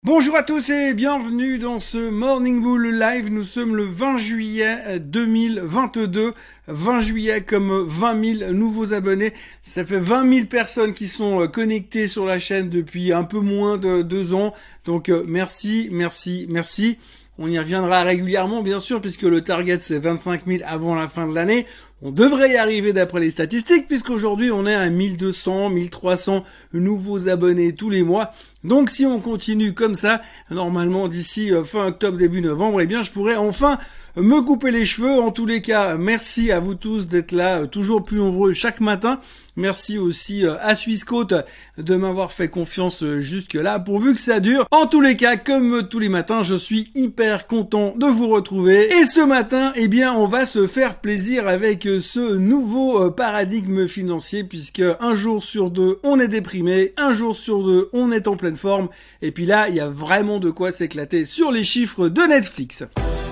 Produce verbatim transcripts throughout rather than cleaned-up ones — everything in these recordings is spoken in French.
Bonjour à tous et bienvenue dans ce Morning Bull Live. Nous sommes le vingt juillet deux mille vingt-deux. vingt juillet comme vingt mille nouveaux abonnés. Ça fait vingt mille personnes qui sont connectées sur la chaîne depuis un peu moins de deux ans. Donc merci, merci, merci. On y reviendra régulièrement, bien sûr, puisque le target, c'est vingt-cinq mille avant la fin de l'année. On devrait y arriver d'après les statistiques, puisqu'aujourd'hui, on est à mille deux cents, mille trois cents nouveaux abonnés tous les mois. Donc, si on continue comme ça, normalement, d'ici fin octobre, début novembre, eh bien, je pourrais enfin me couper les cheveux. En tous les cas, merci à vous tous d'être là, toujours plus nombreux chaque matin. Merci aussi à Swissquote de m'avoir fait confiance jusque-là, pourvu que ça dure. En tous les cas, comme tous les matins, je suis hyper content de vous retrouver. Et ce matin, eh bien, on va se faire plaisir avec ce nouveau paradigme financier, puisque un jour sur deux, on est déprimé, un jour sur deux, on est en pleine forme. Et puis là, il y a vraiment de quoi s'éclater sur les chiffres de Netflix.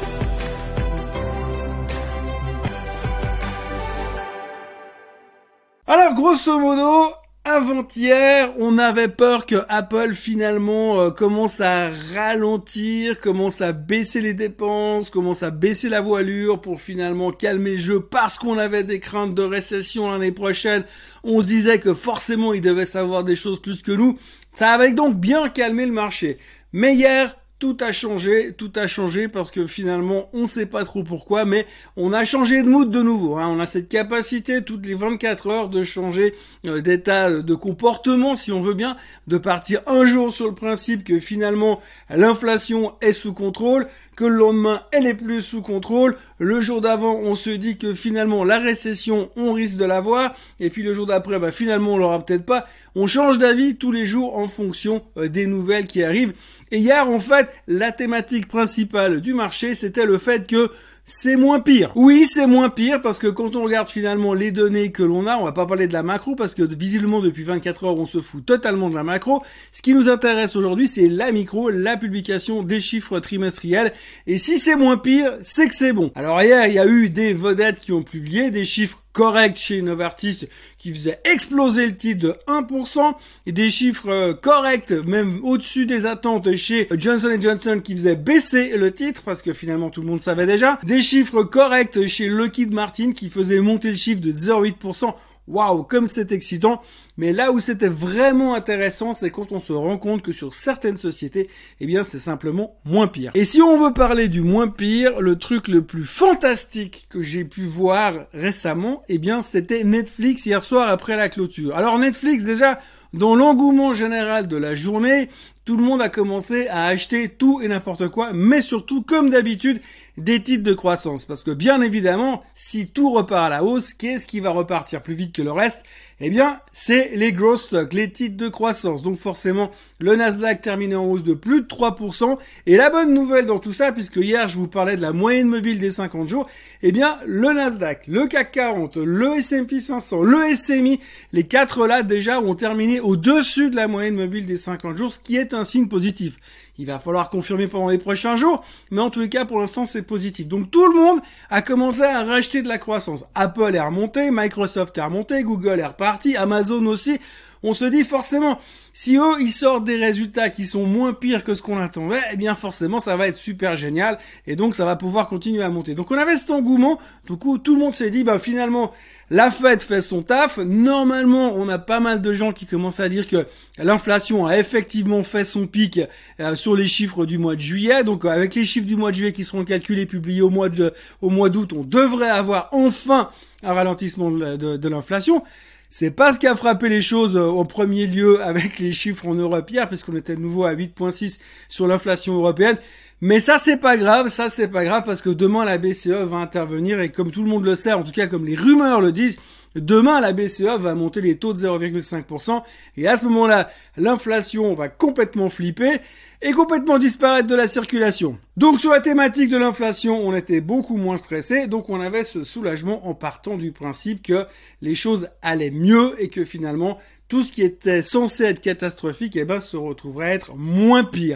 Alors, grosso modo, avant-hier, on avait peur que Apple, finalement, euh, commence à ralentir, commence à baisser les dépenses, commence à baisser la voilure pour finalement calmer le jeu parce qu'on avait des craintes de récession l'année prochaine. On se disait que forcément, ils devaient savoir des choses plus que nous. Ça avait donc bien calmé le marché. Mais hier, tout a changé, tout a changé parce que finalement, on sait pas trop pourquoi, mais on a changé de mood de nouveau. Hein. On a cette capacité toutes les vingt-quatre heures de changer euh, d'état de comportement, si on veut bien, de partir un jour sur le principe que finalement, l'inflation est sous contrôle, que le lendemain, elle est plus sous contrôle. Le jour d'avant, on se dit que finalement, la récession, on risque de l'avoir. Et puis le jour d'après, bah, finalement, on l'aura peut-être pas. On change d'avis tous les jours en fonction euh, des nouvelles qui arrivent. Et hier, en fait, la thématique principale du marché, c'était le fait que c'est moins pire. Oui, c'est moins pire parce que quand on regarde finalement les données que l'on a, on va pas parler de la macro parce que visiblement depuis vingt-quatre heures, on se fout totalement de la macro. Ce qui nous intéresse aujourd'hui, c'est la micro, la publication des chiffres trimestriels. Et si c'est moins pire, c'est que c'est bon. Alors hier, il y a eu des vedettes qui ont publié des chiffres correct chez Novartis qui faisait exploser le titre de un pour cent et des chiffres corrects même au-dessus des attentes chez Johnson and Johnson qui faisait baisser le titre parce que finalement tout le monde savait déjà, des chiffres corrects chez Lockheed Martin qui faisait monter le chiffre de zéro virgule huit pour cent. Waouh, comme c'est excitant. Mais là où c'était vraiment intéressant, c'est quand on se rend compte que sur certaines sociétés, eh bien, c'est simplement moins pire. Et si on veut parler du moins pire, le truc le plus fantastique que j'ai pu voir récemment, eh bien, c'était Netflix hier soir après la clôture. Alors, Netflix, déjà, dans l'engouement général de la journée, tout le monde a commencé à acheter tout et n'importe quoi, mais surtout, comme d'habitude, des titres de croissance. Parce que bien évidemment, si tout repart à la hausse, qu'est-ce qui va repartir plus vite que le reste ? Eh bien, c'est les growth stocks, les titres de croissance. Donc forcément, le Nasdaq terminé en hausse de plus de trois pour cent. Et la bonne nouvelle dans tout ça, puisque hier je vous parlais de la moyenne mobile des cinquante jours, eh bien, le Nasdaq, le C A C quarante, le S and P cinq cents, le S M I, les quatre là déjà ont terminé au-dessus de la moyenne mobile des cinquante jours, ce qui est un signe positif. Il va falloir confirmer pendant les prochains jours, mais en tous les cas, pour l'instant, c'est positif. Donc tout le monde a commencé à racheter de la croissance. Apple est remonté, Microsoft est remonté, Google est reparti, Amazon aussi. On se dit forcément, si eux, ils sortent des résultats qui sont moins pires que ce qu'on attendait, eh bien forcément, ça va être super génial et donc ça va pouvoir continuer à monter. Donc on avait cet engouement, du coup, tout le monde s'est dit, bah finalement, la Fed fait son taf. Normalement, on a pas mal de gens qui commencent à dire que l'inflation a effectivement fait son pic euh, sur les chiffres du mois de juillet. Donc avec les chiffres du mois de juillet qui seront calculés, publiés au mois de, au mois d'août, on devrait avoir enfin un ralentissement de, de, de l'inflation. C'est pas ce qui a frappé les choses en premier lieu avec les chiffres en Europe hier, puisqu'on était de nouveau à huit virgule six sur l'inflation européenne. Mais ça, c'est pas grave, ça, c'est pas grave, parce que demain, la B C E va intervenir, et comme tout le monde le sait, en tout cas, comme les rumeurs le disent, demain, la B C E va monter les taux de zéro virgule cinq pour cent, et à ce moment-là, l'inflation va complètement flipper, et complètement disparaître de la circulation. Donc sur la thématique de l'inflation, on était beaucoup moins stressé, donc on avait ce soulagement en partant du principe que les choses allaient mieux et que finalement tout ce qui était censé être catastrophique, eh ben se retrouverait être moins pire.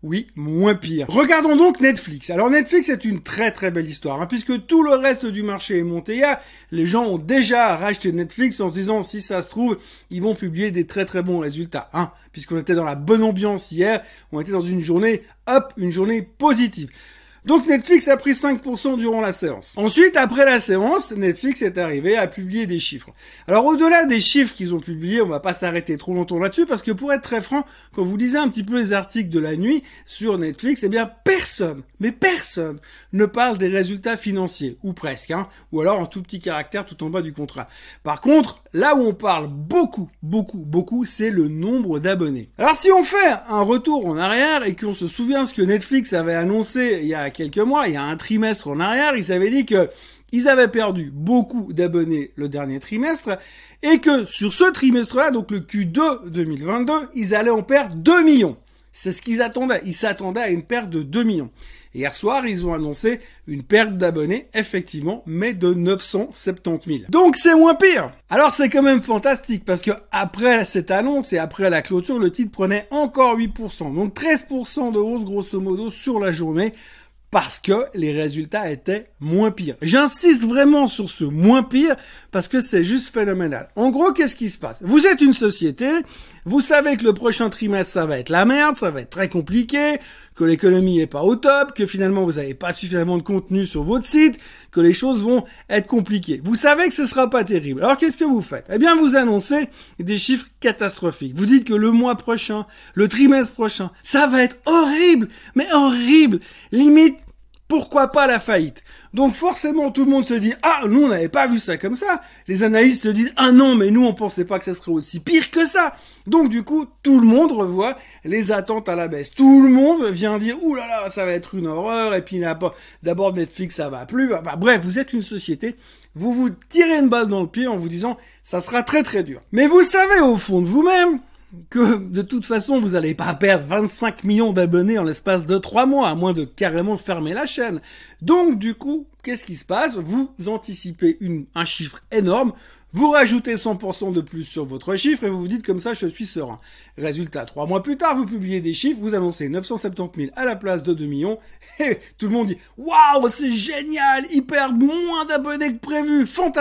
oui, moins pire. Regardons donc Netflix. Alors Netflix est une très très belle histoire, hein, puisque tout le reste du marché est monté hier. Les gens ont déjà racheté Netflix en se disant, si ça se trouve, ils vont publier des très très bons résultats. Hein, puisqu'on était dans la bonne ambiance hier, on était dans une journée, hop, une journée positive. Donc Netflix a pris cinq pour cent durant la séance. Ensuite, après la séance, Netflix est arrivé à publier des chiffres. Alors au-delà des chiffres qu'ils ont publiés, on va pas s'arrêter trop longtemps là-dessus, parce que pour être très franc, quand vous lisez un petit peu les articles de la nuit sur Netflix, eh bien personne, mais personne, ne parle des résultats financiers, ou presque, hein, ou alors en tout petit caractère tout en bas du contrat. Par contre, là où on parle beaucoup, beaucoup, beaucoup, c'est le nombre d'abonnés. Alors si on fait un retour en arrière et qu'on se souvient ce que Netflix avait annoncé il y a quelques mois, il y a un trimestre en arrière, ils avaient dit que ils avaient perdu beaucoup d'abonnés le dernier trimestre et que sur ce trimestre-là, donc le Q deux deux mille vingt-deux, ils allaient en perdre deux millions. C'est ce qu'ils attendaient. Ils s'attendaient à une perte de deux millions. Et hier soir, ils ont annoncé une perte d'abonnés, effectivement, mais de neuf cent soixante-dix mille. Donc c'est moins pire. Alors c'est quand même fantastique, parce que après cette annonce et après la clôture, le titre prenait encore huit pour cent. Donc treize pour cent de hausse, grosso modo, sur la journée, parce que les résultats étaient moins pires. J'insiste vraiment sur ce moins pire parce que c'est juste phénoménal. En gros, qu'est-ce qui se passe? Vous êtes une société, vous savez que le prochain trimestre, ça va être la merde, ça va être très compliqué, que l'économie est pas au top, que finalement vous n'avez pas suffisamment de contenu sur votre site, que les choses vont être compliquées. Vous savez que ce sera pas terrible. Alors qu'est-ce que vous faites? Eh bien, vous annoncez des chiffres catastrophiques. Vous dites que le mois prochain, le trimestre prochain, ça va être horrible, mais horrible. Limite, pourquoi pas la faillite? Donc forcément, tout le monde se dit, ah, nous, on n'avait pas vu ça comme ça. Les analystes se disent, ah non, mais nous, on pensait pas que ça serait aussi pire que ça. Donc du coup, tout le monde revoit les attentes à la baisse. Tout le monde vient dire, ouh là là, ça va être une horreur, et puis d'abord Netflix, ça va plus. Enfin, bref, vous êtes une société, vous vous tirez une balle dans le pied en vous disant, ça sera très très dur. Mais vous savez au fond de vous-même que de toute façon, vous n'allez pas perdre vingt-cinq millions d'abonnés en l'espace de trois mois, à moins de carrément fermer la chaîne. Donc, du coup, qu'est-ce qui se passe? Vous anticipez une, un chiffre énorme, vous rajoutez cent pour cent de plus sur votre chiffre et vous vous dites comme ça, je suis serein. Résultat, trois mois plus tard, vous publiez des chiffres, vous annoncez neuf cent soixante-dix mille à la place de deux millions et tout le monde dit « Waouh, c'est génial, ils perdent moins d'abonnés que prévu, fantastique !»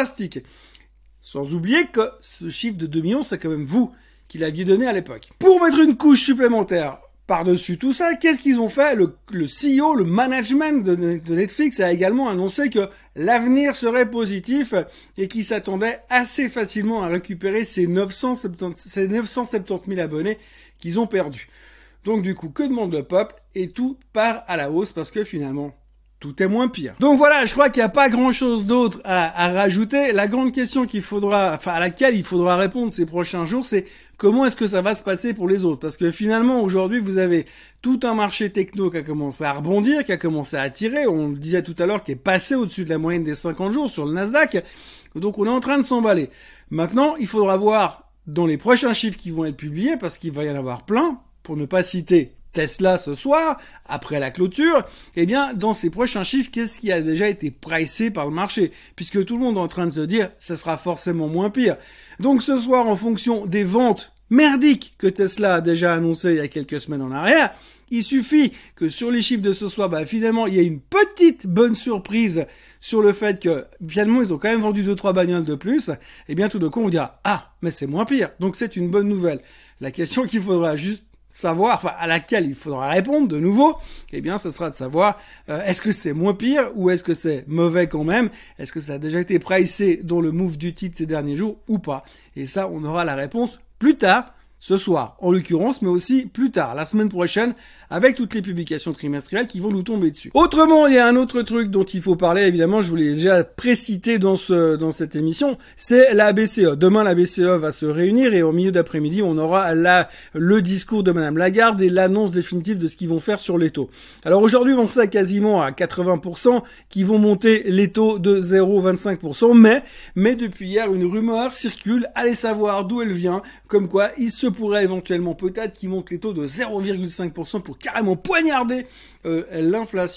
Sans oublier que ce chiffre de deux millions, c'est quand même vous qui l'aviez donné à l'époque. Pour mettre une couche supplémentaire par-dessus tout ça, qu'est-ce qu'ils ont fait? Le, le C E O, le management de, de Netflix a également annoncé que l'avenir serait positif et qu'ils s'attendaient assez facilement à récupérer ces neuf cent soixante-dix mille abonnés qu'ils ont perdus. Donc du coup, que demande le peuple? Et tout part à la hausse parce que finalement, tout est moins pire. Donc voilà, je crois qu'il n'y a pas grand-chose d'autre à, à rajouter. La grande question qu'il faudra, enfin à laquelle il faudra répondre ces prochains jours, c'est comment est-ce que ça va se passer pour les autres? Parce que finalement, aujourd'hui, vous avez tout un marché techno qui a commencé à rebondir, qui a commencé à tirer. On le disait tout à l'heure, qui est passé au-dessus de la moyenne des cinquante jours sur le Nasdaq. Donc on est en train de s'emballer. Maintenant, il faudra voir dans les prochains chiffres qui vont être publiés, parce qu'il va y en avoir plein, pour ne pas citer Tesla ce soir, après la clôture, eh bien, dans ces prochains chiffres, qu'est-ce qui a déjà été pricé par le marché? Puisque tout le monde est en train de se dire, ça sera forcément moins pire. Donc ce soir, en fonction des ventes merdiques que Tesla a déjà annoncées il y a quelques semaines en arrière, il suffit que sur les chiffres de ce soir, bah, finalement, il y ait une petite bonne surprise sur le fait que, finalement, ils ont quand même vendu deux, trois bagnoles de plus, eh bien, tout d'un coup, on dira, ah, mais c'est moins pire. Donc c'est une bonne nouvelle. La question qu'il faudra juste savoir, enfin à laquelle il faudra répondre de nouveau, eh bien ce sera de savoir euh, est-ce que c'est moins pire ou est-ce que c'est mauvais quand même, est-ce que ça a déjà été pricé dans le move du titre ces derniers jours ou pas. Et ça, on aura la réponse plus tard, ce soir en l'occurrence, mais aussi plus tard, la semaine prochaine, avec toutes les publications trimestrielles qui vont nous tomber dessus. Autrement, il y a un autre truc dont il faut parler, évidemment, je vous l'ai déjà précité dans ce dans cette émission, c'est la B C E. Demain, la B C E va se réunir et au milieu d'après-midi, on aura la, le discours de Madame Lagarde et l'annonce définitive de ce qu'ils vont faire sur les taux. Alors aujourd'hui, on sait quasiment à quatre-vingts pour cent qu'ils vont monter les taux de zéro virgule vingt-cinq pour cent, mais, mais depuis hier, une rumeur circule, allez savoir d'où elle vient, comme quoi il se pourrait éventuellement peut-être qu'ils montent les taux de zéro virgule cinq pour cent pour carrément poignarder euh, l'inflation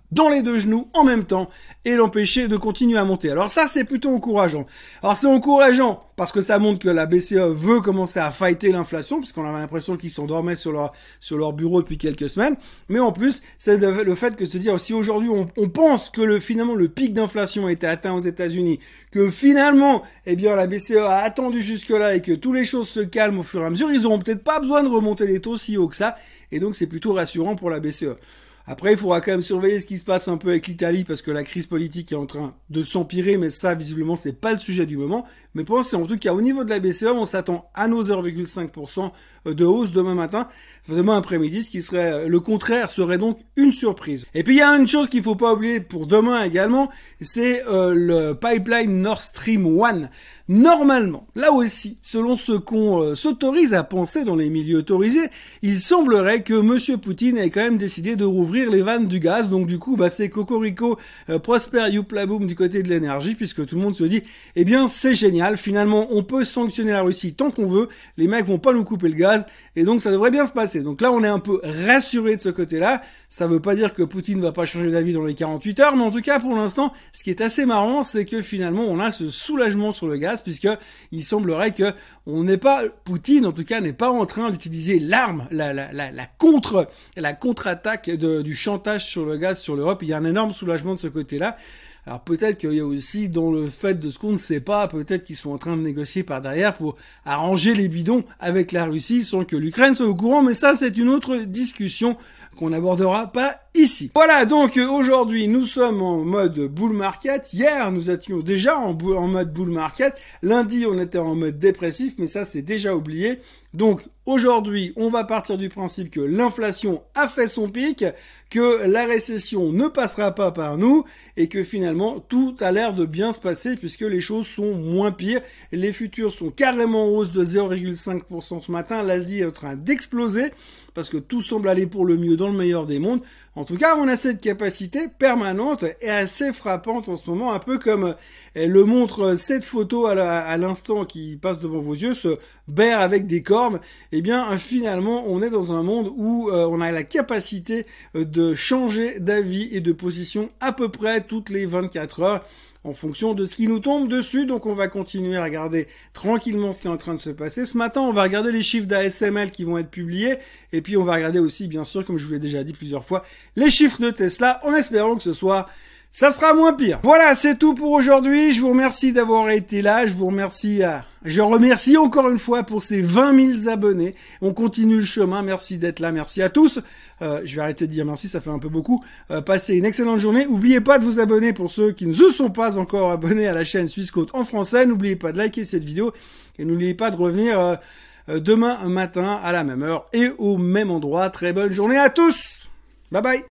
dans les deux genoux en même temps et l'empêcher de continuer à monter. Alors ça, c'est plutôt encourageant. Alors c'est encourageant parce que ça montre que la B C E veut commencer à fighter l'inflation, puisqu'on avait l'impression qu'ils s'endormaient sur leur sur leur bureau depuis quelques semaines. Mais en plus, c'est le fait que se dire, si aujourd'hui on, on pense que le finalement le pic d'inflation a été atteint aux États-Unis, que finalement, eh bien la B C E a attendu jusque-là et que toutes les choses se calment au fur et à mesure, ils auront peut-être pas besoin de remonter les taux si haut que ça. Et donc c'est plutôt rassurant pour la B C E. Après, il faudra quand même surveiller ce qui se passe un peu avec l'Italie parce que la crise politique est en train de s'empirer, mais ça, visiblement, c'est pas le sujet du moment. Mais pour l'instant, en tout cas, au niveau de la B C E, on s'attend à nos zéro virgule cinq pour cent de hausse demain matin, demain après-midi, ce qui serait le contraire, serait donc une surprise. Et puis, il y a une chose qu'il faut pas oublier pour demain également, c'est euh, le pipeline Nord Stream un. Normalement, là aussi, selon ce qu'on euh, s'autorise à penser dans les milieux autorisés, il semblerait que Monsieur Poutine ait quand même décidé de rouvrir les vannes du gaz. Donc du coup, bah c'est cocorico, euh, prosper youpla boum du côté de l'énergie, puisque tout le monde se dit, eh bien c'est génial, finalement on peut sanctionner la Russie tant qu'on veut, les mecs vont pas nous couper le gaz, et donc ça devrait bien se passer. Donc là on est un peu rassuré de ce côté-là. Ça veut pas dire que Poutine va pas changer d'avis dans les quarante-huit heures, mais en tout cas pour l'instant, ce qui est assez marrant, c'est que finalement on a ce soulagement sur le gaz, puisque il semblerait que on n'est pas, Poutine en tout cas n'est pas en train d'utiliser l'arme, la, la, la, la contre, la contre-attaque de, du chantage sur le gaz sur l'Europe. Il y a un énorme soulagement de ce côté-là. Alors peut-être qu'il y a aussi dans le fait de ce qu'on ne sait pas, peut-être qu'ils sont en train de négocier par derrière pour arranger les bidons avec la Russie sans que l'Ukraine soit au courant, mais ça c'est une autre discussion qu'on n'abordera pas ici. Voilà, donc aujourd'hui nous sommes en mode bull market. Hier nous étions déjà en, en mode bull market. Lundi on était en mode dépressif, mais ça c'est déjà oublié. Donc aujourd'hui, on va partir du principe que l'inflation a fait son pic, que la récession ne passera pas par nous et que finalement tout a l'air de bien se passer puisque les choses sont moins pires. Les futurs sont carrément en hausse de zéro virgule cinq pour cent ce matin. L'Asie est en train d'exploser parce que tout semble aller pour le mieux dans le meilleur des mondes. En tout cas, on a cette capacité permanente et assez frappante en ce moment, un peu comme le montre cette photo à l'instant qui passe devant vos yeux, ce bear avec des cornes. Eh bien, finalement, on est dans un monde où euh, on a la capacité de changer d'avis et de position à peu près toutes les vingt-quatre heures. En fonction de ce qui nous tombe dessus. Donc on va continuer à regarder tranquillement ce qui est en train de se passer. Ce matin, on va regarder les chiffres d'A S M L qui vont être publiés. Et puis on va regarder aussi, bien sûr, comme je vous l'ai déjà dit plusieurs fois, les chiffres de Tesla, en espérant que ce soit... ça sera moins pire. Voilà, c'est tout pour aujourd'hui. Je vous remercie d'avoir été là. Je vous remercie à... Je remercie encore une fois pour ces vingt mille abonnés. On continue le chemin. Merci d'être là. Merci à tous. Euh, je vais arrêter de dire merci, ça fait un peu beaucoup. Euh, passez une excellente journée. N'oubliez pas de vous abonner pour ceux qui ne se sont pas encore abonnés à la chaîne Suisse Côte en français. N'oubliez pas de liker cette vidéo et n'oubliez pas de revenir euh, euh, demain matin à la même heure et au même endroit. Très bonne journée à tous. Bye bye.